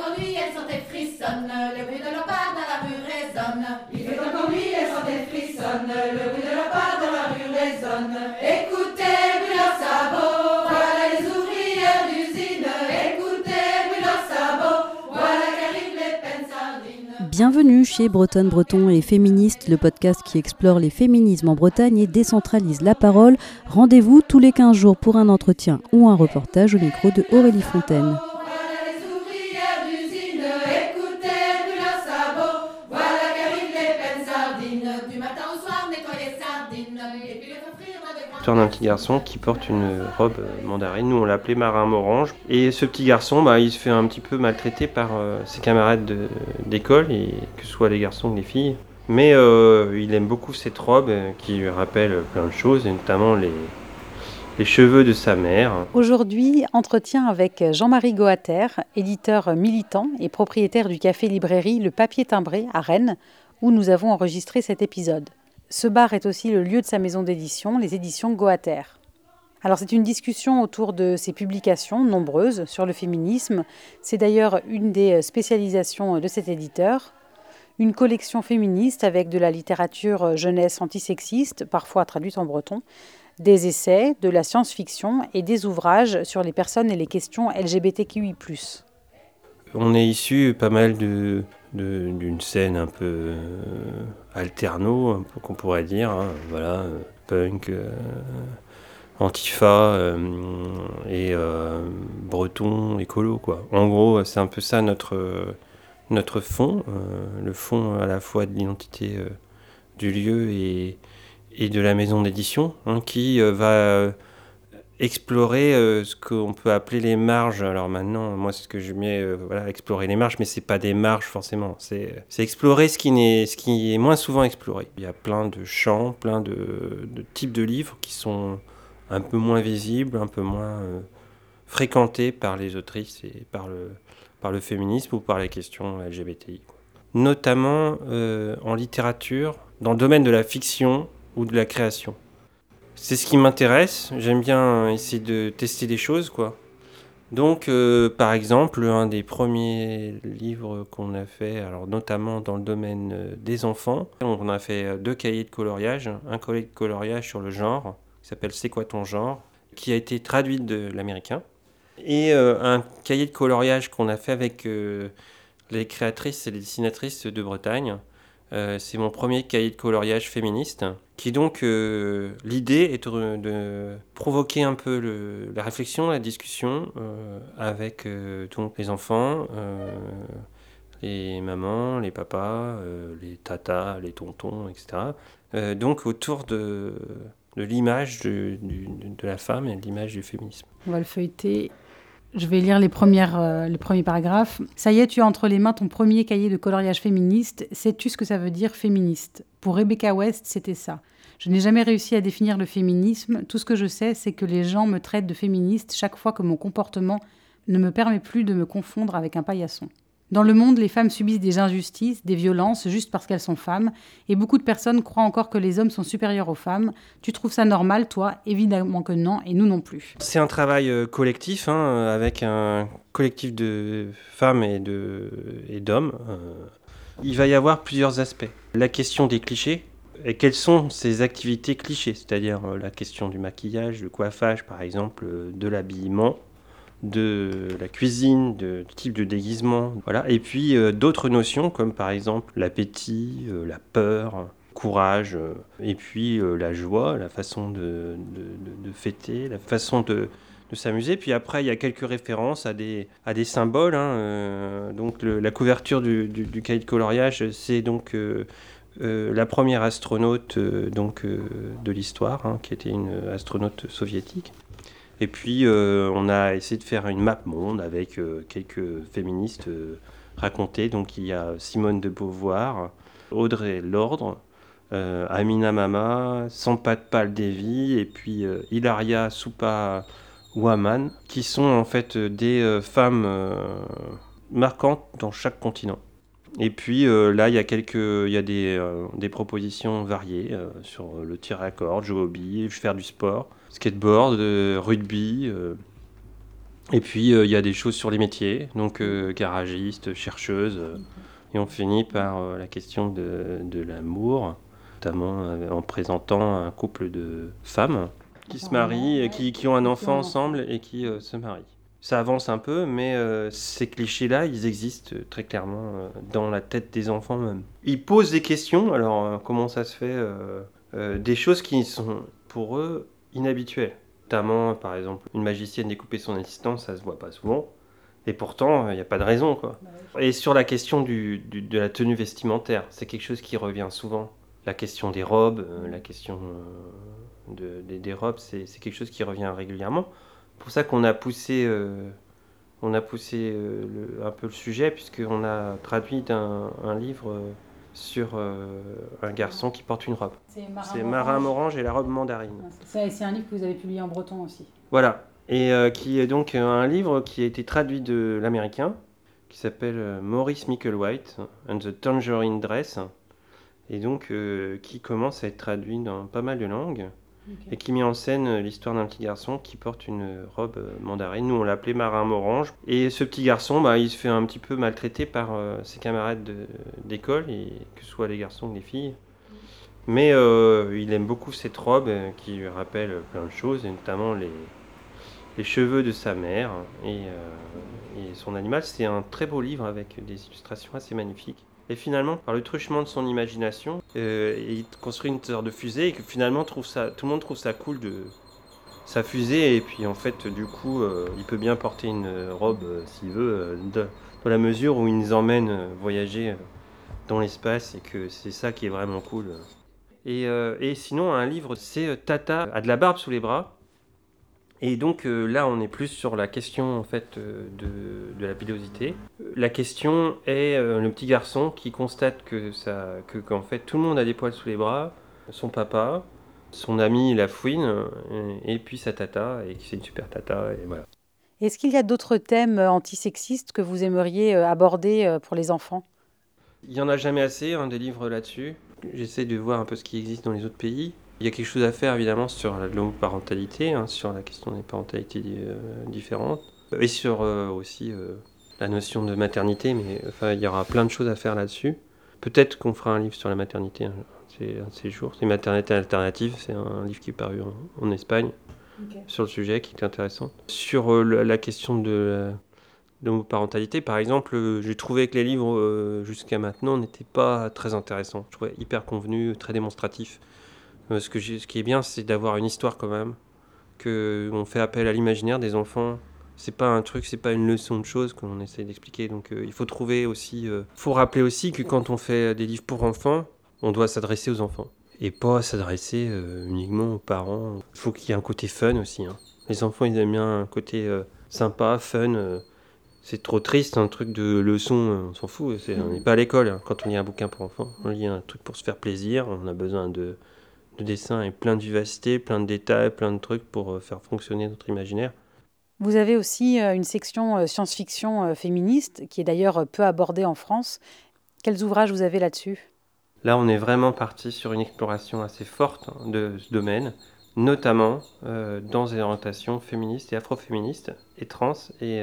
ennui, elles sont et frissonnent, le bruit de leur pas dans la rue résonne. Il fait tant ennui, elles sont et frissonnent, le bruit de leur pas dans la rue résonne. Écoutez, bruit leurs sabots, voilà les ouvrières d'usine. Écoutez, bruit leurs sabots, voilà qu'arrivent les peines sardines. Bienvenue chez Bretonne Breton et Féministes, le podcast qui explore les féminismes en Bretagne et décentralise la parole. Rendez-vous tous les 15 jours pour un entretien ou un reportage au micro de Aurélie Fontaine. L'histoire d'un petit garçon qui porte une robe mandarine, nous on l'appelait Marin Morange. Et ce petit garçon, il se fait un petit peu maltraiter par ses camarades d'école, et que ce soit les garçons ou les filles. Mais il aime beaucoup cette robe qui lui rappelle plein de choses, et notamment les cheveux de sa mère. Aujourd'hui, entretien avec Jean-Marie Goater, éditeur militant et propriétaire du café-librairie Le Papier Timbré à Rennes, où nous avons enregistré cet épisode. Ce bar est aussi le lieu de sa maison d'édition, les éditions Goater. Alors c'est une discussion autour de ses publications, nombreuses, sur le féminisme. C'est d'ailleurs une des spécialisations de cet éditeur. Une collection féministe avec de la littérature jeunesse antisexiste, parfois traduite en breton, des essais, de la science-fiction et des ouvrages sur les personnes et les questions LGBTQI+. On est issu pas mal d'une scène un peu alterno, un peu qu'on pourrait dire, punk, antifa et breton, écolo, quoi. En gros, c'est un peu ça notre fond, le fond à la fois de l'identité du lieu et de la maison d'édition, qui va explorer ce qu'on peut appeler les marges. Alors maintenant, moi, c'est ce que je mets, explorer les marges, mais c'est pas des marges forcément. C'est explorer ce qui est moins souvent exploré. Il y a plein de champs, plein de types de livres qui sont un peu moins visibles, un peu moins fréquentés par les autrices et par le féminisme ou par les questions LGBTI. Notamment en littérature, dans le domaine de la fiction ou de la création. C'est ce qui m'intéresse, j'aime bien essayer de tester des choses, quoi. Donc, par exemple, un des premiers livres qu'on a fait, alors notamment dans le domaine des enfants, on a fait 2 cahiers de coloriage, un cahier de coloriage sur le genre, qui s'appelle « C'est quoi ton genre ?», qui a été traduit de l'américain, et un cahier de coloriage qu'on a fait avec les créatrices et les dessinatrices de Bretagne. C'est mon premier cahier de coloriage féministe, qui donc, l'idée est de provoquer un peu la réflexion, la discussion avec donc les enfants, les mamans, les papas, les tatas, les tontons, etc. Donc autour de l'image de la femme et de l'image du féminisme. On va le feuilleter. Je vais lire les premiers paragraphes. Ça y est, tu as entre les mains ton premier cahier de coloriage féministe. Sais-tu ce que ça veut dire féministe ? Pour Rebecca West, c'était ça. Je n'ai jamais réussi à définir le féminisme. Tout ce que je sais, c'est que les gens me traitent de féministe chaque fois que mon comportement ne me permet plus de me confondre avec un paillasson. Dans le monde, les femmes subissent des injustices, des violences, juste parce qu'elles sont femmes, et beaucoup de personnes croient encore que les hommes sont supérieurs aux femmes. Tu trouves ça normal, toi ? Évidemment que non, et nous non plus. C'est un travail collectif, avec un collectif de femmes et d'hommes. Il va y avoir plusieurs aspects. La question des clichés, et quelles sont ces activités clichés, c'est-à-dire la question du maquillage, du coiffage par exemple, de l'habillement, de la cuisine, de type de déguisement, voilà. Et puis d'autres notions comme par exemple l'appétit, la peur, courage, et puis la joie, la façon de fêter, la façon de s'amuser. Puis après, il y a quelques références à des symboles. Donc la couverture du cahier de coloriage, c'est donc la première astronaute de l'histoire, qui était une astronaute soviétique. Et puis, on a essayé de faire une map monde avec quelques féministes racontées. Donc, il y a Simone de Beauvoir, Audre Lorde, Amina Mama, Sampat Pal Devi et puis Hilaria Supa Waman, qui sont en fait des femmes marquantes dans chaque continent. Et puis là, il y a des propositions variées sur le tir à corde, jouer au billes, faire du sport, skateboard, rugby, Et puis il y a des choses sur les métiers, donc garagiste, chercheuse, et on finit par la question de l'amour, notamment en présentant un couple de femmes qui se marient, qui ont un enfant ensemble et qui se marient. Ça avance un peu, mais ces clichés-là, ils existent très clairement dans la tête des enfants même. Ils posent des questions, alors comment ça se fait des choses qui sont pour eux inhabituelles. Notamment, par exemple, une magicienne découper son assistant, ça se voit pas souvent. Et pourtant, il n'y a pas de raison, quoi. Et sur la question de la tenue vestimentaire, c'est quelque chose qui revient souvent. La question des robes, la question des robes, c'est quelque chose qui revient régulièrement. C'est pour ça qu'on a poussé, un peu le sujet, puisqu'on a traduit un livre sur un garçon qui porte une robe. C'est Marin Morange et la robe mandarine. C'est un livre que vous avez publié en breton aussi. Voilà, et qui est donc un livre qui a été traduit de l'américain, qui s'appelle Maurice Micklewhite and the Tangerine Dress, et donc qui commence à être traduit dans pas mal de langues, et qui met en scène l'histoire d'un petit garçon qui porte une robe mandarine. Nous, on l'appelait Marin Morange. Et ce petit garçon, il se fait un petit peu maltraiter par ses camarades d'école, que ce soit les garçons ou les filles. Mais il aime beaucoup cette robe qui lui rappelle plein de choses, et notamment les cheveux de sa mère et son animal. C'est un très beau livre avec des illustrations assez magnifiques. Et finalement, par le truchement de son imagination, il construit une sorte de fusée et que finalement tout le monde trouve ça cool de sa fusée. Et puis en fait, du coup, il peut bien porter une robe s'il veut, dans la mesure où il nous emmène voyager dans l'espace et que c'est ça qui est vraiment cool. Et sinon, un livre, c'est Tata a de la barbe sous les bras. Et donc là, on est plus sur la question en fait de la pilosité. La question est le petit garçon qui constate qu'en fait tout le monde a des poils sous les bras, son papa, son ami la fouine, et puis sa tata, et que c'est une super tata, et voilà. Est-ce qu'il y a d'autres thèmes antisexistes que vous aimeriez aborder pour les enfants ? Il n'y en a jamais assez, des livres là-dessus. J'essaie de voir un peu ce qui existe dans les autres pays. Il y a quelque chose à faire évidemment sur l'homoparentalité, sur la question des parentalités différentes, et sur aussi la notion de maternité, mais enfin, il y aura plein de choses à faire là-dessus. Peut-être qu'on fera un livre sur la maternité un de ces jours. C'est Maternité alternative, c'est un livre qui est paru en Espagne, sur le sujet, qui est intéressant. Sur la question de l'homoparentalité, par exemple, j'ai trouvé que les livres jusqu'à maintenant n'étaient pas très intéressants. Je trouvais hyper convenus, très démonstratifs. Ce qui est bien, c'est d'avoir une histoire quand même, qu'on fait appel à l'imaginaire des enfants. C'est pas un truc, c'est pas une leçon de choses qu'on essaie d'expliquer. Donc il faut trouver aussi, faut rappeler aussi que quand on fait des livres pour enfants, on doit s'adresser aux enfants et pas s'adresser uniquement aux parents. Il faut qu'il y ait un côté fun aussi. Les enfants, ils aiment bien un côté sympa, fun. C'est trop triste, un truc de leçon, on s'en fout. On n'est pas à l'école quand on lit un bouquin pour enfants. On lit un truc pour se faire plaisir. On a besoin de dessin et plein de vivacité, plein de détails, plein de trucs pour faire fonctionner notre imaginaire. Vous avez aussi une section science-fiction féministe, qui est d'ailleurs peu abordée en France. Quels ouvrages vous avez là-dessus ? Là, on est vraiment parti sur une exploration assez forte de ce domaine, notamment dans des orientations féministes et afroféministes, et trans et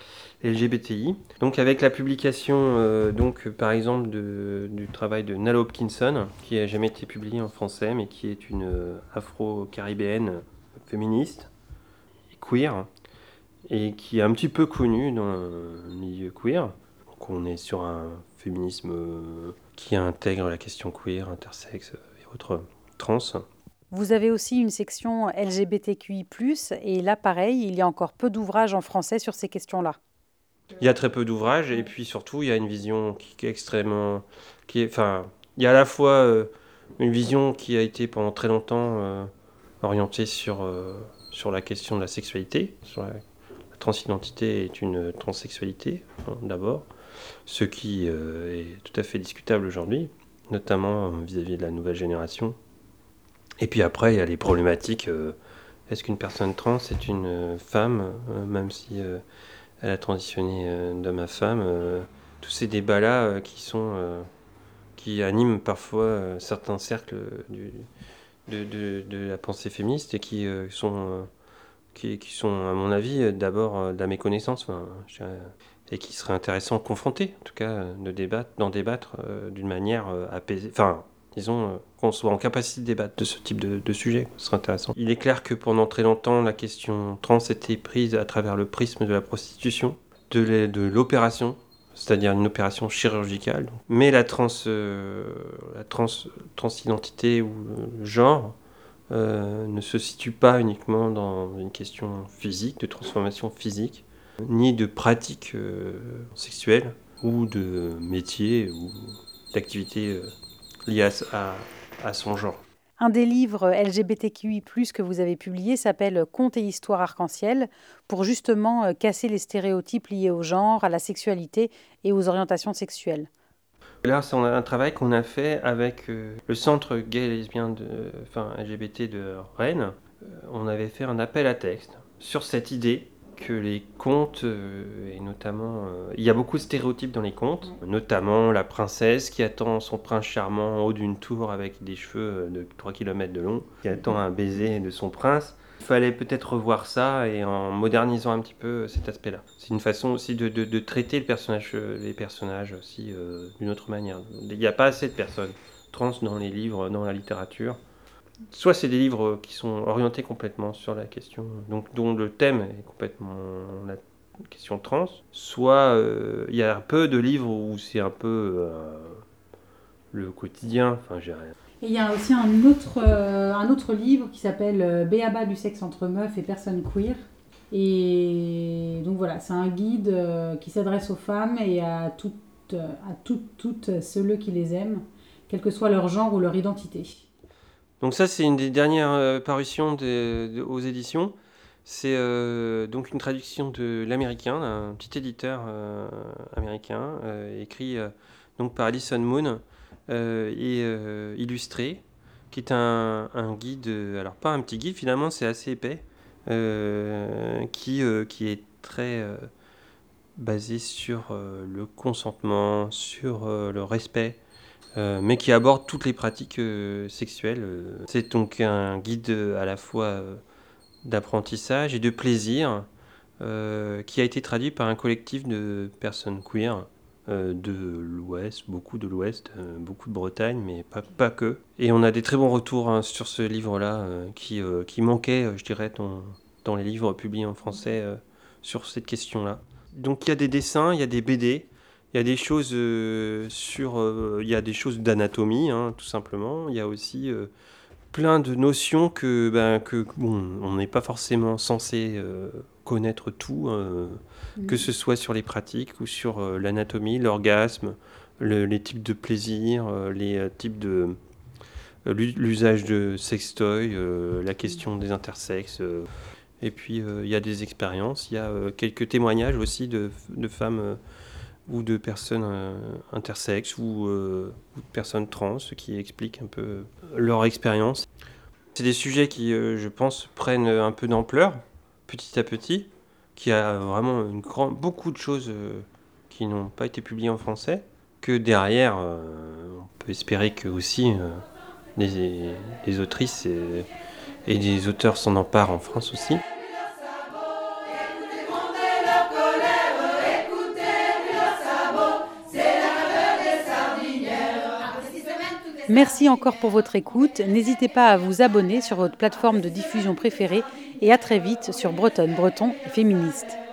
LGBTI. Donc avec la publication, par exemple, du travail de Nalo Hopkinson, qui n'a jamais été publié en français, mais qui est une afro-caribéenne féministe et queer, et qui est un petit peu connue dans le milieu queer. Donc on est sur un féminisme qui intègre la question queer, intersexe et autres trans. Vous avez aussi une section LGBTQI+, et là, pareil, il y a encore peu d'ouvrages en français sur ces questions-là. Il y a très peu d'ouvrages, et puis surtout, il y a une vision qui est extrêmement... il y a à la fois une vision qui a été pendant très longtemps orientée sur la question de la sexualité. La transidentité est une transsexualité, d'abord, ce qui est tout à fait discutable aujourd'hui, notamment vis-à-vis de la nouvelle génération. Et puis après, il y a les problématiques. Est-ce qu'une personne trans est une femme, même si elle a transitionné d'homme à femme? Tous ces débats-là qui animent parfois certains cercles de la pensée féministe et qui sont qui sont, à mon avis, d'abord de la méconnaissance, et qui serait intéressant de confronter, en tout cas, d'en débattre d'une manière apaisée. Enfin, disons, qu'on soit en capacité de débattre de ce type de sujet, ce serait intéressant. Il est clair que pendant très longtemps, la question trans était prise à travers le prisme de la prostitution, de l'opération, c'est-à-dire une opération chirurgicale. Mais la transidentité ou le genre ne se situe pas uniquement dans une question physique, de transformation physique, ni de pratique sexuelle, ou de métier, ou d'activité liée à son genre. Un des livres LGBTQI+, que vous avez publié s'appelle « Contes et histoires arc-en-ciel » pour justement casser les stéréotypes liés au genre, à la sexualité et aux orientations sexuelles. Là, c'est un travail qu'on a fait avec le centre gay et lesbien LGBT de Rennes. On avait fait un appel à texte sur cette idée que les contes, et notamment... il y a beaucoup de stéréotypes dans les contes, notamment la princesse qui attend son prince charmant en haut d'une tour avec des cheveux de 3 km de long, qui attend un baiser de son prince. Il fallait peut-être revoir ça et en modernisant un petit peu cet aspect-là. C'est une façon aussi de traiter les personnages aussi d'une autre manière. Il n'y a pas assez de personnes trans dans les livres, dans la littérature. Soit c'est des livres qui sont orientés complètement sur la question, donc dont le thème est complètement la question trans, soit il y a peu de livres où c'est un peu le quotidien. Et il y a aussi un autre livre qui s'appelle « Béaba du sexe entre meufs et personnes queer ». Et donc voilà, c'est un guide qui s'adresse aux femmes et à toutes ceux qui les aiment, quel que soit leur genre ou leur identité. Donc ça, c'est une des dernières parutions aux éditions. C'est donc une traduction de l'américain, d'un petit éditeur américain, écrit donc par Alison Moon et illustré, qui est un guide, alors pas un petit guide, finalement c'est assez épais, qui est très basé sur le consentement, sur le respect, mais qui aborde toutes les pratiques sexuelles. C'est donc un guide à la fois d'apprentissage et de plaisir qui a été traduit par un collectif de personnes queer de l'Ouest, beaucoup de l'Ouest, beaucoup de Bretagne, mais pas que. Et on a des très bons retours sur ce livre-là qui manquait, je dirais, dans les livres publiés en français sur cette question-là. Donc il y a des dessins, il y a des BD, il y a des choses il y a des choses d'anatomie, tout simplement. Il y a aussi plein de notions que on n'est pas forcément censé connaître tout, que ce soit sur les pratiques ou sur l'anatomie, l'orgasme, les types de plaisir, les types de l'usage de sextoy, la question des intersexes. Et puis il y a des expériences, il y a quelques témoignages aussi de femmes ou de personnes intersexes ou de personnes trans qui expliquent un peu leur expérience. C'est des sujets qui, je pense, prennent un peu d'ampleur petit à petit, qui a vraiment beaucoup de choses qui n'ont pas été publiées en français, que derrière, on peut espérer que aussi les autrices et les auteurs s'en emparent en France aussi. Merci encore pour votre écoute. N'hésitez pas à vous abonner sur votre plateforme de diffusion préférée et à très vite sur Bretonne, Breton et Féministe.